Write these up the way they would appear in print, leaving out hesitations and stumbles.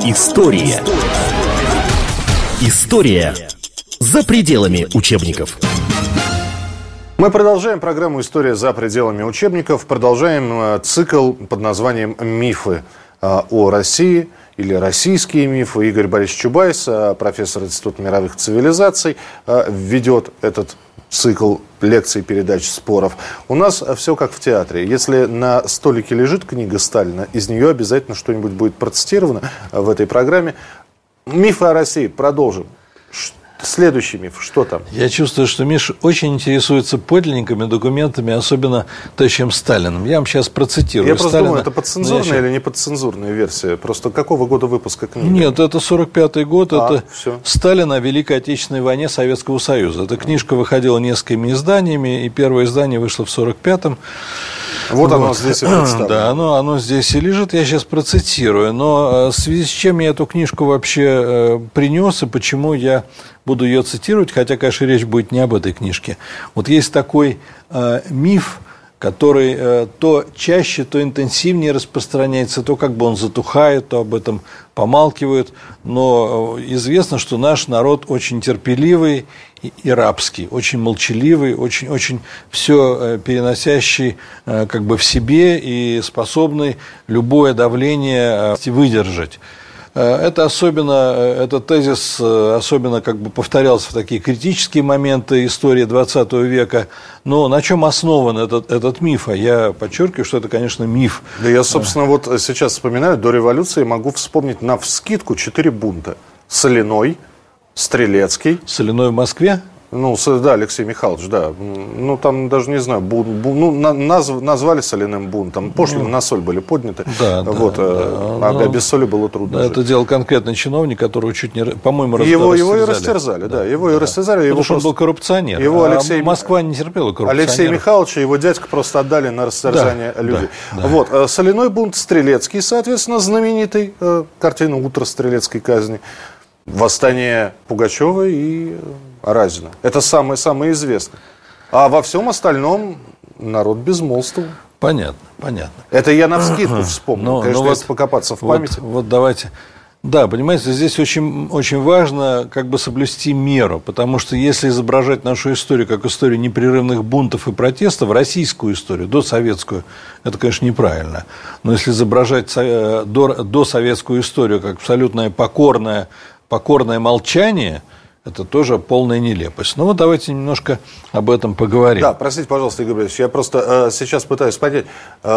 История. История за пределами учебников. Мы продолжаем программу «История за пределами учебников». Продолжаем цикл под названием «Мифы о России» или «Российские мифы». Игорь Борисович Чубайс, профессор Института мировых цивилизаций, ведет этот цикл лекций, передач, споров. У нас все как в театре. Если на столике лежит книга Сталина, из нее обязательно что-нибудь будет процитировано в этой программе. Мифы о России. Продолжим. Следующий миф. Что там? Я чувствую, что Миша очень интересуется подлинниками, документами, особенно товарищем Сталиным. Я вам сейчас процитирую. Я просто Сталина. думаю, это подцензурная или не подцензурная версия? Просто какого года выпуска книги? Нет, это 45-й год. Это все. Сталин о Великой Отечественной войне Советского Союза. Эта книжка выходила несколькими изданиями, и первое издание вышло в 45-м. Вот оно здесь и представлено. Да, оно здесь и лежит, я сейчас процитирую. Но в связи с чем я эту книжку вообще принес и почему я буду ее цитировать, хотя, конечно, речь будет не об этой книжке. Вот есть такой миф, который то чаще, то интенсивнее распространяется, то как бы он затухает, то об этом помалкивают. Но известно, что наш народ очень терпеливый и рабский, очень молчаливый, очень все переносящий как бы в себе и способный любое давление выдержать. Этот тезис особенно как бы повторялся в такие критические моменты истории 20 века. Но на чем основан этот миф? А я подчеркиваю, что это, конечно, миф. Да я, собственно, вот сейчас вспоминаю, до революции могу вспомнить навскидку 4 бунта. Соляной, Стрелецкий. Соляной в Москве? Ну, да, Алексей Михайлович, да. Ну, там даже не знаю, назвали соляным бунтом. Пошлины на соль были подняты. Да, вот, а без соли было трудно жить. Это делал конкретный чиновник, которого чуть не, по-моему, Его и растерзали, да. Его и растерзали. Потому что он был коррупционер. Москва не терпела коррупционера. Алексей Михайлович и его дядька просто отдали на растерзание людей. Да. Вот, соляной бунт, Стрелецкий, соответственно, знаменитый, картина «Утро Стрелецкой казни». Восстание Пугачева и Разина. Это самое известное. А во всем остальном народ безмолвствовал. Понятно. Это я навскидку вспомнил. Конечно, если покопаться в памяти. Вот давайте. Да, понимаете, здесь очень важно как бы соблюсти меру, потому что если изображать нашу историю как историю непрерывных бунтов и протестов, российскую историю, досоветскую, это, конечно, неправильно. Но если изображать досоветскую историю как абсолютное покорное молчание, это тоже полная нелепость. Ну вот давайте немножко об этом поговорим. Да, простите, пожалуйста, Игорь Борисович, я просто сейчас пытаюсь понять.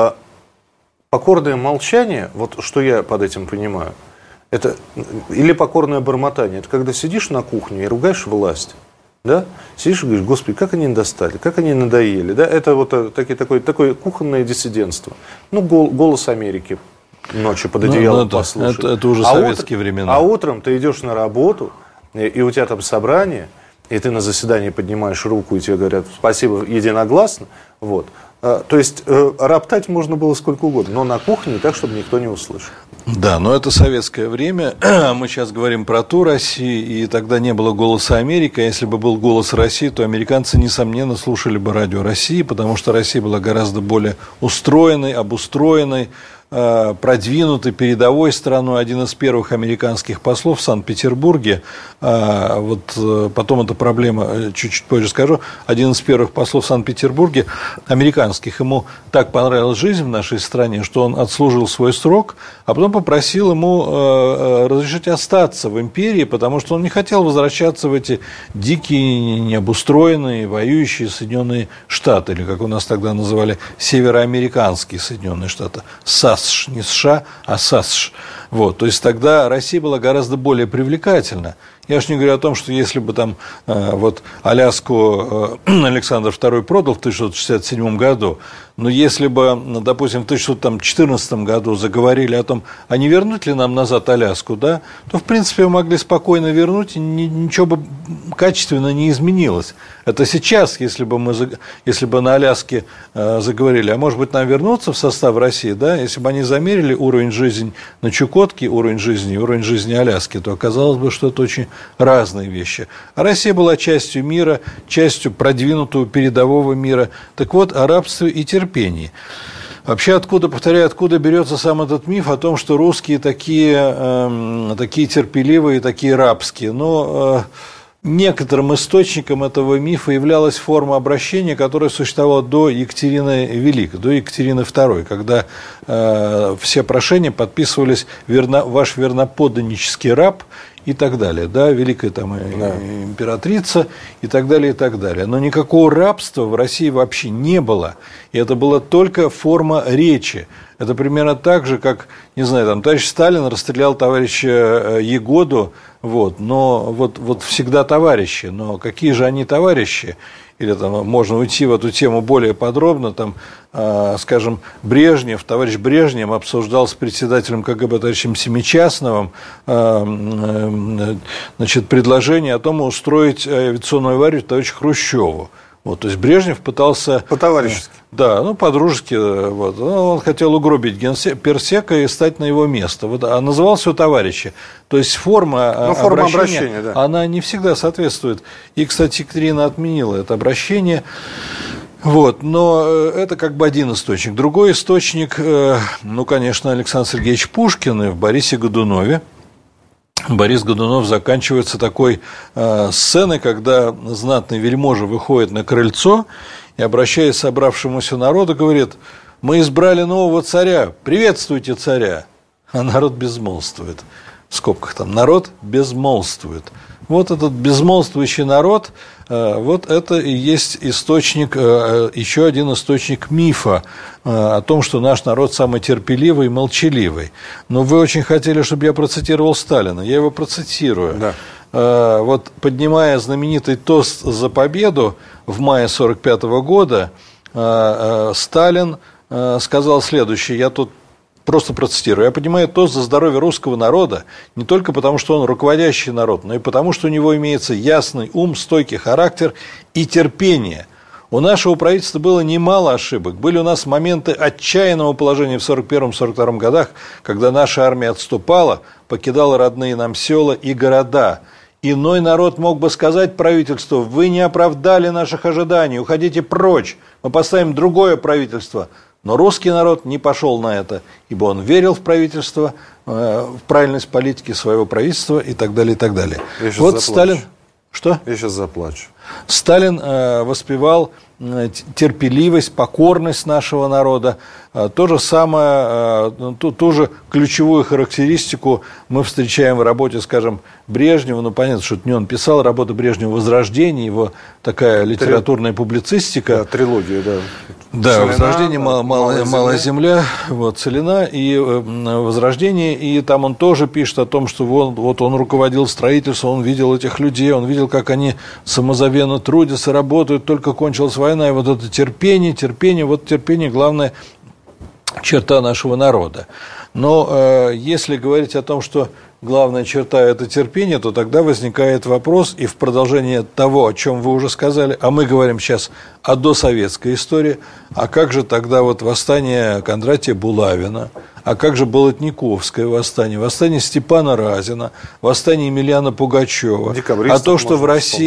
Покорное молчание, вот что я под этим понимаю, это или покорное бормотание, это когда сидишь на кухне и ругаешь власть, да? Сидишь и говоришь: Господи, как они достали, как они надоели, да? Это вот такое кухонное диссидентство. Ну, голос Америки ночью под одеялом послушать. Это уже советские времена. А утром ты идешь на работу, и у тебя там собрание, и ты на заседании поднимаешь руку, и тебе говорят спасибо единогласно. Вот. То есть роптать можно было сколько угодно, но на кухне так, чтобы никто не услышал. Да, но это советское время. Мы сейчас говорим про ту Россию, и тогда не было «Голоса Америки». А если бы был «Голос России», то американцы, несомненно, слушали бы радио России, потому что Россия была гораздо более устроенной, обустроенной, продвинутой, передовой страной. Один из первых американских послов в Санкт-Петербурге, вот потом эта проблема чуть-чуть позже скажу, один из первых послов в Санкт-Петербурге, американских, ему так понравилась жизнь в нашей стране, что он отслужил свой срок, а потом попросил ему разрешить остаться в империи, потому что он не хотел возвращаться в эти дикие, необустроенные, воюющие Соединенные Штаты, или, как у нас тогда называли, североамериканские Соединенные Штаты, САСШ, не США, а САСШ. Вот, то есть тогда Россия была гораздо более привлекательна. Я уж не говорю о том, что если бы там вот Аляску Александр II продал в 1667 году, но если бы, допустим, в 1614 году заговорили о том, а не вернуть ли нам назад Аляску, да, то, в принципе, могли спокойно вернуть, и ничего бы качественно не изменилось. Это сейчас, если бы на Аляске заговорили, а может быть, нам вернуться в состав России, да, если бы они замерили уровень жизни на Чукотке, уровень жизни Аляски, то оказалось бы, что это очень разные вещи. А Россия была частью мира, частью продвинутого передового мира. Так вот, о рабстве и терпении. Вообще, откуда берется сам этот миф о том, что русские такие терпеливые, такие рабские? Но некоторым источником этого мифа являлась форма обращения, которая существовала до Екатерины Великой, до Екатерины II, когда все прошения подписывались «Ваш верноподданнический раб» и так далее, да, великая там императрица и так далее, и так далее. Но никакого рабства в России вообще не было, и это была только форма речи. Это примерно так же, как, не знаю, там, товарищ Сталин расстрелял товарища Егоду, но всегда товарищи, но какие же они товарищи? Или там можно уйти в эту тему более подробно, там, скажем, товарищ Брежнев обсуждал с председателем КГБ товарищем Семичастновым предложение о том, устроить авиационную аварию товарищу Хрущеву. То есть Брежнев пытался... По-товарищески. Да, по-дружески. Он хотел угробить генперсека и стать на его место. А назывался его товарищи. То есть форма обращения, да, она не всегда соответствует. И, кстати, Екатерина отменила это обращение. Но это как бы один источник. Другой источник, конечно, Александр Сергеевич Пушкин и в Борисе Годунове. Борис Годунов заканчивается такой сценой, когда знатный вельможа выходит на крыльцо и, обращаясь к собравшемуся народу, говорит: «Мы избрали нового царя, приветствуйте царя!» А народ безмолвствует. В скобках там «народ безмолвствует». Этот безмолвствующий народ, это и есть источник, еще один источник мифа о том, что наш народ самый терпеливый и молчаливый. Но вы очень хотели, чтобы я процитировал Сталина. Я его процитирую. Да. Поднимая знаменитый тост за победу в мае 1945 года, Сталин сказал следующее. Я тут просто процитирую. «Я поднимаю тост за здоровье русского народа не только потому, что он руководящий народ, но и потому, что у него имеется ясный ум, стойкий характер и терпение. У нашего правительства было немало ошибок. Были у нас моменты отчаянного положения в 1941-1942 годах, когда наша армия отступала, покидала родные нам села и города. Иной народ мог бы сказать правительству: вы не оправдали наших ожиданий, уходите прочь, мы поставим другое правительство». Но русский народ не пошел на это, ибо он верил в правительство, в правильность политики своего правительства и так далее, и так далее. Я сейчас заплачу. Сталин... Что? Я сейчас заплачу. Сталин воспевал терпеливость, покорность нашего народа. То же самое, ту же ключевую характеристику мы встречаем в работе, скажем, Брежнева. Понятно, что это не он писал, работа Брежнева «Возрождение», его такая литературная публицистика. Да, трилогия, да. Да, «Возрождение», «Малая земля», «Целина» и «Возрождение». И там он тоже пишет о том, что он руководил строительством, он видел этих людей, он видел, как они самозабвенно трудятся, работают, только кончилась война, и это терпение, главная черта нашего народа. Но если говорить о том, что главная черта – это терпение, то тогда возникает вопрос, и в продолжение того, о чем вы уже сказали, а мы говорим сейчас о досоветской истории, а как же тогда восстание Кондратия Булавина, а как же Болотниковское восстание, восстание Степана Разина, восстание Емельяна Пугачева, а то, что в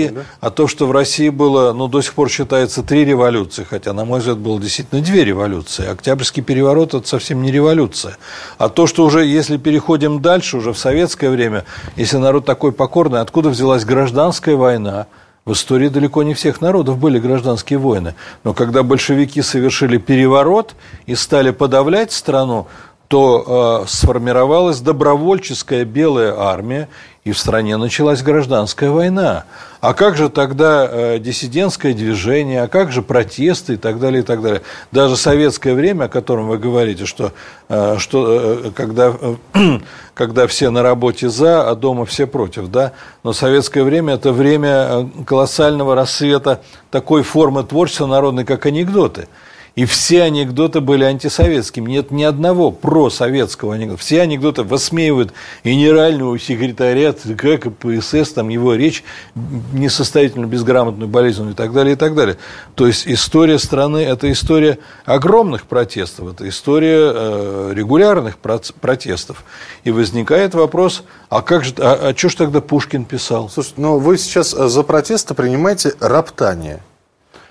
России было, до сих пор считается 3 революции, хотя, на мой взгляд, было действительно 2 революции. Октябрьский переворот – это совсем не революция. А то, что уже, если переходим дальше, уже в советское время, если народ такой покорный, откуда взялась гражданская война? В истории далеко не всех народов были гражданские войны. Но когда большевики совершили переворот и стали подавлять страну, то сформировалась добровольческая белая армия, и в стране началась гражданская война. А как же тогда диссидентское движение, а как же протесты и так далее, и так далее. Даже советское время, о котором вы говорите, что когда все на работе за, а дома все против, да? Но советское время – это время колоссального расцвета такой формы творчества народной, как анекдоты. И все анекдоты были антисоветскими. Нет ни одного просоветского анекдота. Все анекдоты высмеивают генерального секретаря ЦК КПСС, там его речь несостоятельную, безграмотную, болезненную и так далее, и так далее. То есть история страны – это история огромных протестов, это история регулярных протестов. И возникает вопрос, а что ж тогда Пушкин писал? Слушайте, вы сейчас за протесты принимаете роптание.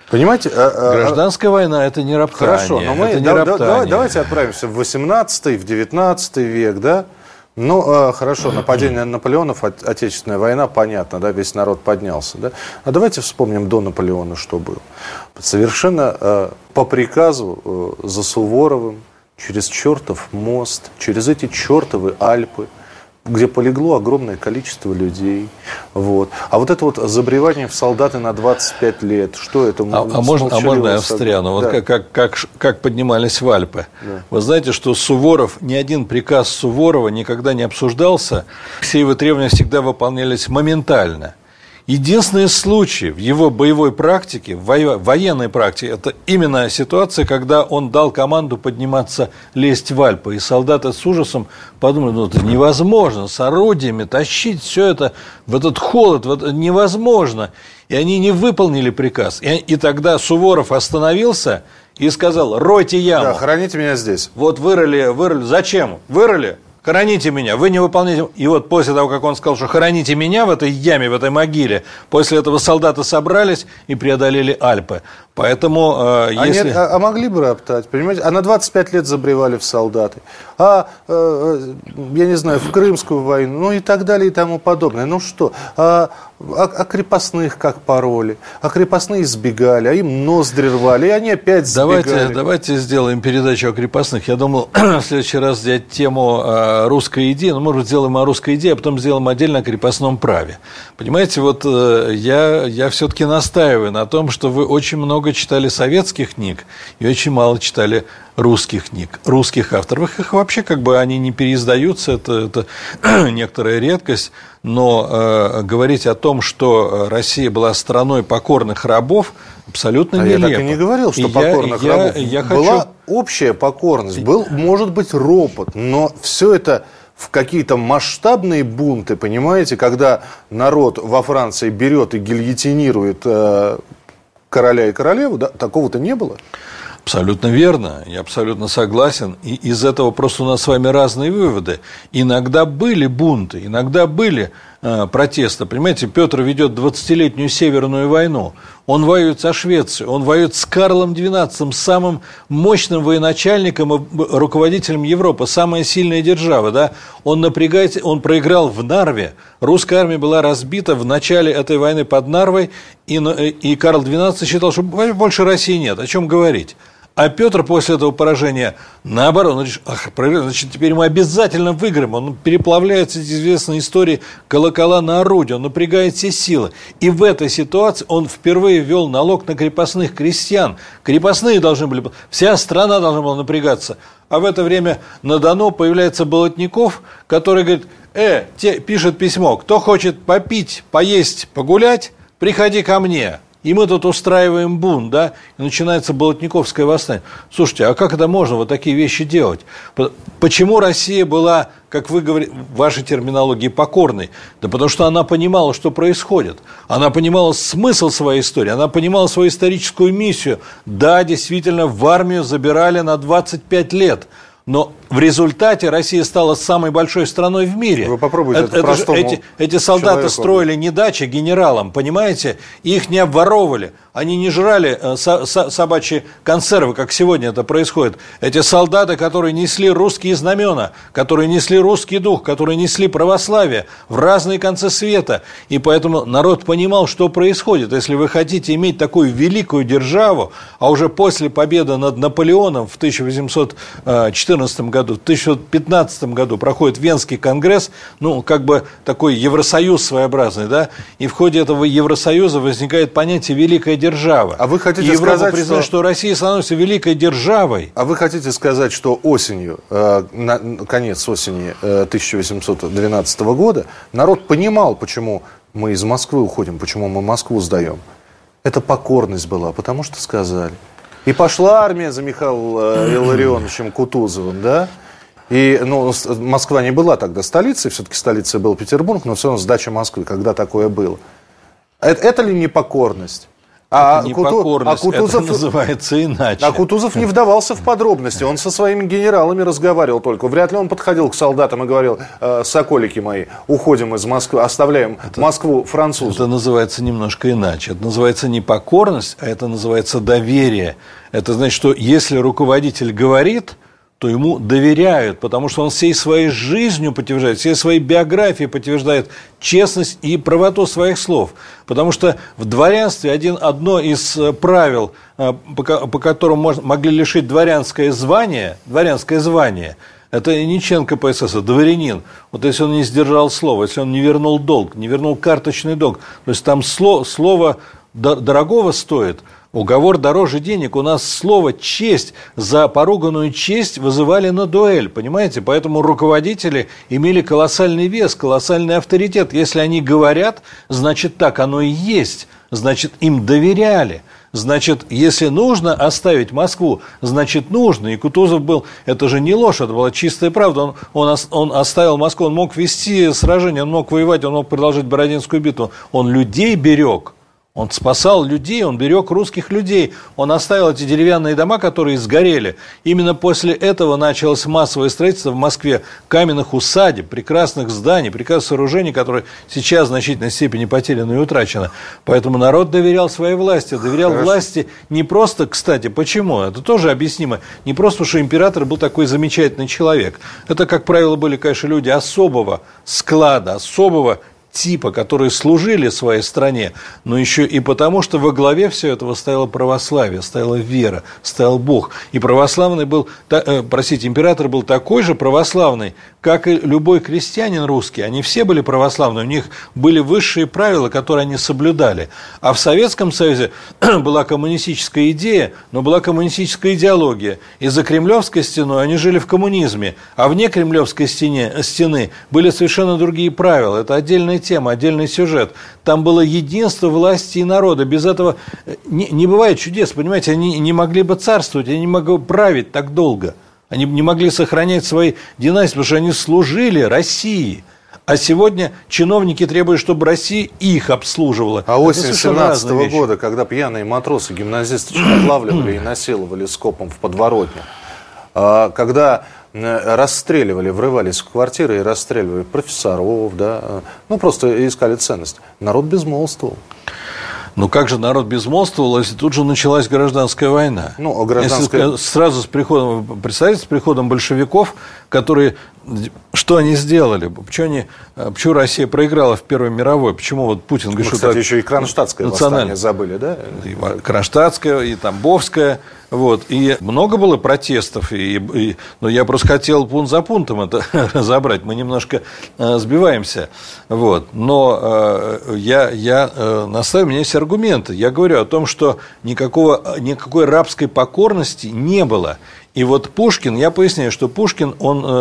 Понимаете? Гражданская война – это не роптание. Хорошо, но мы давайте отправимся в 18 в 19 век, да? Ну, хорошо, нападение на Наполеонов, Отечественная война, понятно, да, весь народ поднялся, да? А давайте вспомним до Наполеона, что было. Совершенно по приказу за Суворовым, через чертов мост, через эти чертовы Альпы, где полегло огромное количество людей. Вот. А вот это вот забревание в солдаты на 25 лет, что это? Можно я встряну? Да. Вот как поднимались в Альпы. Да. Вы знаете, что Суворов, ни один приказ Суворова никогда не обсуждался, все его требования всегда выполнялись моментально. Единственный случай в его боевой практике, в военной практике, это именно ситуация, когда он дал команду подниматься, лезть в Альпы. И солдаты с ужасом подумали, это невозможно, с орудиями тащить все это в этот холод, невозможно. И они не выполнили приказ. И тогда Суворов остановился и сказал, ройте яму. Да, хороните меня здесь. Вот вырыли. Зачем? Вырыли? Хороните меня, вы не выполняете. И вот после того, как он сказал, что хороните меня в этой яме, в этой могиле, после этого солдаты собрались и преодолели Альпы. Поэтому, если... могли бы роптать, понимаете? А на 25 лет забревали в солдаты. Я не знаю, в Крымскую войну, ну и так далее и тому подобное. Ну что? Крепостных как пороли, крепостные сбегали, им ноздри рвали, и они опять сбегали. Давайте сделаем передачу о крепостных. Я думал в следующий раз взять тему русской идеи, может быть, сделаем о русской идее, а потом сделаем отдельно о крепостном праве. Понимаете, вот я все-таки настаиваю на том, что вы очень много читали советских книг и очень мало читали русских книг, русских авторов. Их вообще они не переиздаются, это некоторая редкость, но говорить о том, что Россия была страной покорных рабов, абсолютно нелепо. Я так и не говорил, что покорных рабов. Была общая покорность, был, может быть, ропот, но все это в какие-то масштабные бунты, понимаете, когда народ во Франции берет и гильотинирует короля и королеву, да, такого-то не было. Абсолютно верно, я абсолютно согласен. И из этого просто у нас с вами разные выводы. Иногда были бунты, иногда были протесты. Понимаете, Петр ведет 20-летнюю Северную войну. Он воюет со Швецией, он воюет с Карлом XII, самым мощным военачальником и руководителем Европы, самая сильная держава. Да? Он напрягается, он проиграл в Нарве. Русская армия была разбита в начале этой войны под Нарвой, и Карл XII считал, что больше России нет. О чем говорить? А Петр после этого поражения, наоборот, он решил, значит, теперь мы обязательно выиграем. Он переплавляется, эти известные истории, колокола на орудие, он напрягает все силы. И в этой ситуации он впервые ввел налог на крепостных крестьян. Крепостные должны были, вся страна должна была напрягаться. А в это время на Дону появляется Болотников, который говорит, пишет письмо, кто хочет попить, поесть, погулять, приходи ко мне. И мы тут устраиваем бунт, да, и начинается Болотниковское восстание. Слушайте, а как это можно вот такие вещи делать? Почему Россия была, как вы говорите, в вашей терминологии, покорной? Да потому что она понимала, что происходит. Она понимала смысл своей истории, она понимала свою историческую миссию. Да, действительно, в армию забирали на 25 лет. Но в результате Россия стала самой большой страной в мире. Вы попробуйте это простому эти солдаты строили не дачи генералам, понимаете? Их не обворовывали. Они не жрали собачьи консервы, как сегодня это происходит. Эти солдаты, которые несли русские знамена, которые несли русский дух, которые несли православие в разные концы света. И поэтому народ понимал, что происходит. Если вы хотите иметь такую великую державу, а уже после победы над Наполеоном в 1814 году, в 1915 году проходит Венский конгресс, такой Евросоюз своеобразный, да, и в ходе этого Евросоюза возникает понятие «великая держава». А вы хотите Европа сказать, признала, что Россия становится великой державой. А вы хотите сказать, что осенью, конец осени 1812 года, народ понимал, почему мы из Москвы уходим, почему мы Москву сдаем? Это покорность была, потому что сказали. И пошла армия за Михаилом Илларионовичем Кутузовым, да? И, Москва не была тогда столицей, все-таки столицей был Петербург, но все равно сдача Москвы, когда такое было. Это ли не покорность? Это не покорность, это называется иначе. А Кутузов не вдавался в подробности, он со своими генералами разговаривал только. Вряд ли он подходил к солдатам и говорил: соколики мои, уходим из Москвы, оставляем Москву французам. Это называется немножко иначе. Это называется не покорность, а это называется доверие. Это значит, что если руководитель говорит, то ему доверяют, потому что он всей своей жизнью подтверждает, всей своей биографией подтверждает честность и правоту своих слов. Потому что в дворянстве одно из правил, по которому могли лишить дворянское звание, это не член КПСС, а дворянин. Вот если он не сдержал слово, если он не вернул долг, не вернул карточный долг, то есть там слово дорогого стоит. Уговор дороже денег. У нас слово «честь», за поруганную честь вызывали на дуэль, понимаете? Поэтому руководители имели колоссальный вес, колоссальный авторитет. Если они говорят, значит, так оно и есть. Значит, им доверяли. Значит, если нужно оставить Москву, значит, нужно. И Кутузов был, это же не ложь, это была чистая правда. Он оставил Москву, он мог вести сражение, он мог воевать, он мог продолжить Бородинскую битву. Он людей берег. Он спасал людей, он берег русских людей. Он оставил эти деревянные дома, которые сгорели. Именно после этого началось массовое строительство в Москве каменных усадеб, прекрасных зданий, прекрасных сооружений, которые сейчас в значительной степени потеряны и утрачены. Поэтому народ доверял своей власти. Доверял власти не просто, кстати, почему? Это тоже объяснимо. Не просто потому, что император был такой замечательный человек. Это, как правило, были, конечно, люди особого склада, особого типа, которые служили своей стране, но еще и потому, что во главе всего этого стояло православие, стояла вера, стоял Бог. И православный был, император был такой же православный, как и любой крестьянин русский. Они все были православные, у них были высшие правила, которые они соблюдали. А в Советском Союзе была коммунистическая идея, но была коммунистическая идеология. И за Кремлевской стеной они жили в коммунизме, а вне Кремлевской стены были совершенно другие правила. Это отдельная тема, отдельный сюжет. Там было единство власти и народа. Без этого не бывает чудес, понимаете? Они не могли бы царствовать, они не могли бы править так долго. Они не могли сохранять свои династии, потому что они служили России. А сегодня чиновники требуют, чтобы Россия их обслуживала. А осень 17 года, когда пьяные матросы, гимназисты отлавливали и насиловали скопом в подворотне, когда расстреливали, врывались в квартиры и расстреливали профессоров, да, просто искали ценность. Народ безмолвствовал. Ну как же народ безмолвствовал, если тут же началась гражданская война? Если сразу с приходом большевиков, которые, что они сделали? Почему Россия проиграла в Первой мировой? Почему вот Путин говорит, что кстати, еще и Кронштадтское восстание забыли, да? И Кронштадтское, и Тамбовское. Вот. И много было протестов, но я просто хотел пункт за пунктом это разобрать. Мы немножко сбиваемся. Вот. Но я настаиваю, у меня есть аргументы. Я говорю о том, что никакой рабской покорности не было. И вот Пушкин, я поясняю, что Пушкин,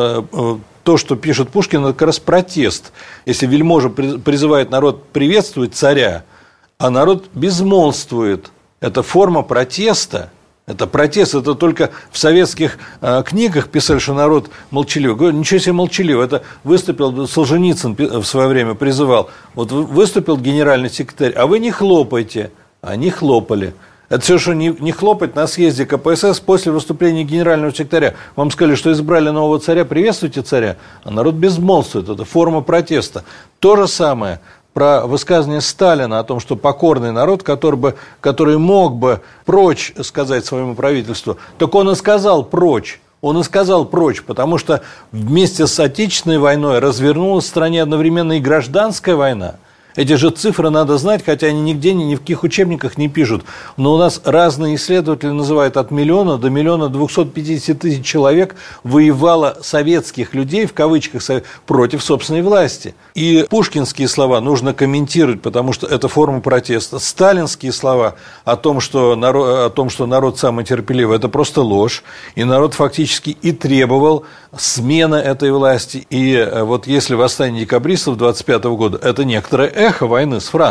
то, что пишет Пушкин, это как раз протест. Если вельможа призывает народ приветствовать царя, а народ безмолвствует, это форма протеста. Это протест, это только в советских книгах писали, что народ молчаливый. Говорю, ничего себе молчаливый. Это выступил Солженицын в свое время, призывал. Вот выступил генеральный секретарь, а вы не хлопайте. Они хлопали. Это все, что не хлопать на съезде КПСС после выступления генерального секретаря. Вам сказали, что избрали нового царя, приветствуйте царя, а народ безмолвствует. Это форма протеста. То же самое про высказывание Сталина о том, что покорный народ, который мог бы прочь сказать своему правительству, так он и сказал прочь. Он и сказал прочь, потому что вместе с Отечественной войной развернулась в стране одновременно и гражданская война. Эти же цифры надо знать, хотя они нигде, ни в каких учебниках не пишут. Но у нас разные исследователи называют от 1 миллиона до 1 250 000 человек воевало советских людей, в кавычках, против собственной власти. И пушкинские слова нужно комментировать, потому что это форма протеста. Сталинские слова о том, что народ самый терпеливый, это просто ложь. И народ фактически и требовал смены этой власти. И вот если восстание декабристов 1925 года, это некоторое эхо войны с Францией.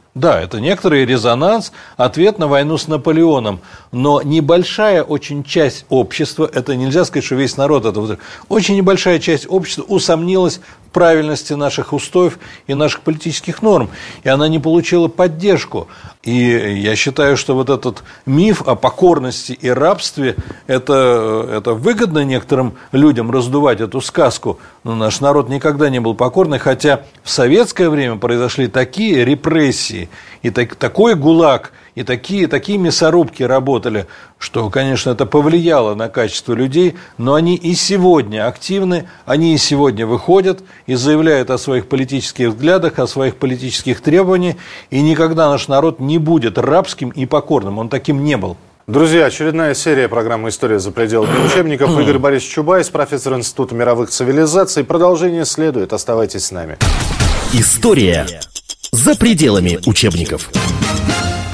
Да, это некоторый резонанс, ответ на войну с Наполеоном. Но небольшая очень часть общества, это нельзя сказать, что весь народ, это очень небольшая часть общества усомнилась в правильности наших устоев и наших политических норм. И она не получила поддержку. И я считаю, что вот этот миф о покорности и рабстве, это выгодно некоторым людям раздувать эту сказку. Но наш народ никогда не был покорный, хотя в советское время произошли такие репрессии, и такой ГУЛАГ, и такие мясорубки работали, что, конечно, это повлияло на качество людей, но они и сегодня активны, они и сегодня выходят и заявляют о своих политических взглядах, о своих политических требованиях, и никогда наш народ не будет рабским и покорным, он таким не был. Друзья, очередная серия программы «История за пределами учебников». Игорь Борисович Чубайс, профессор Института мировых цивилизаций. Продолжение следует. Оставайтесь с нами. История за пределами учебников.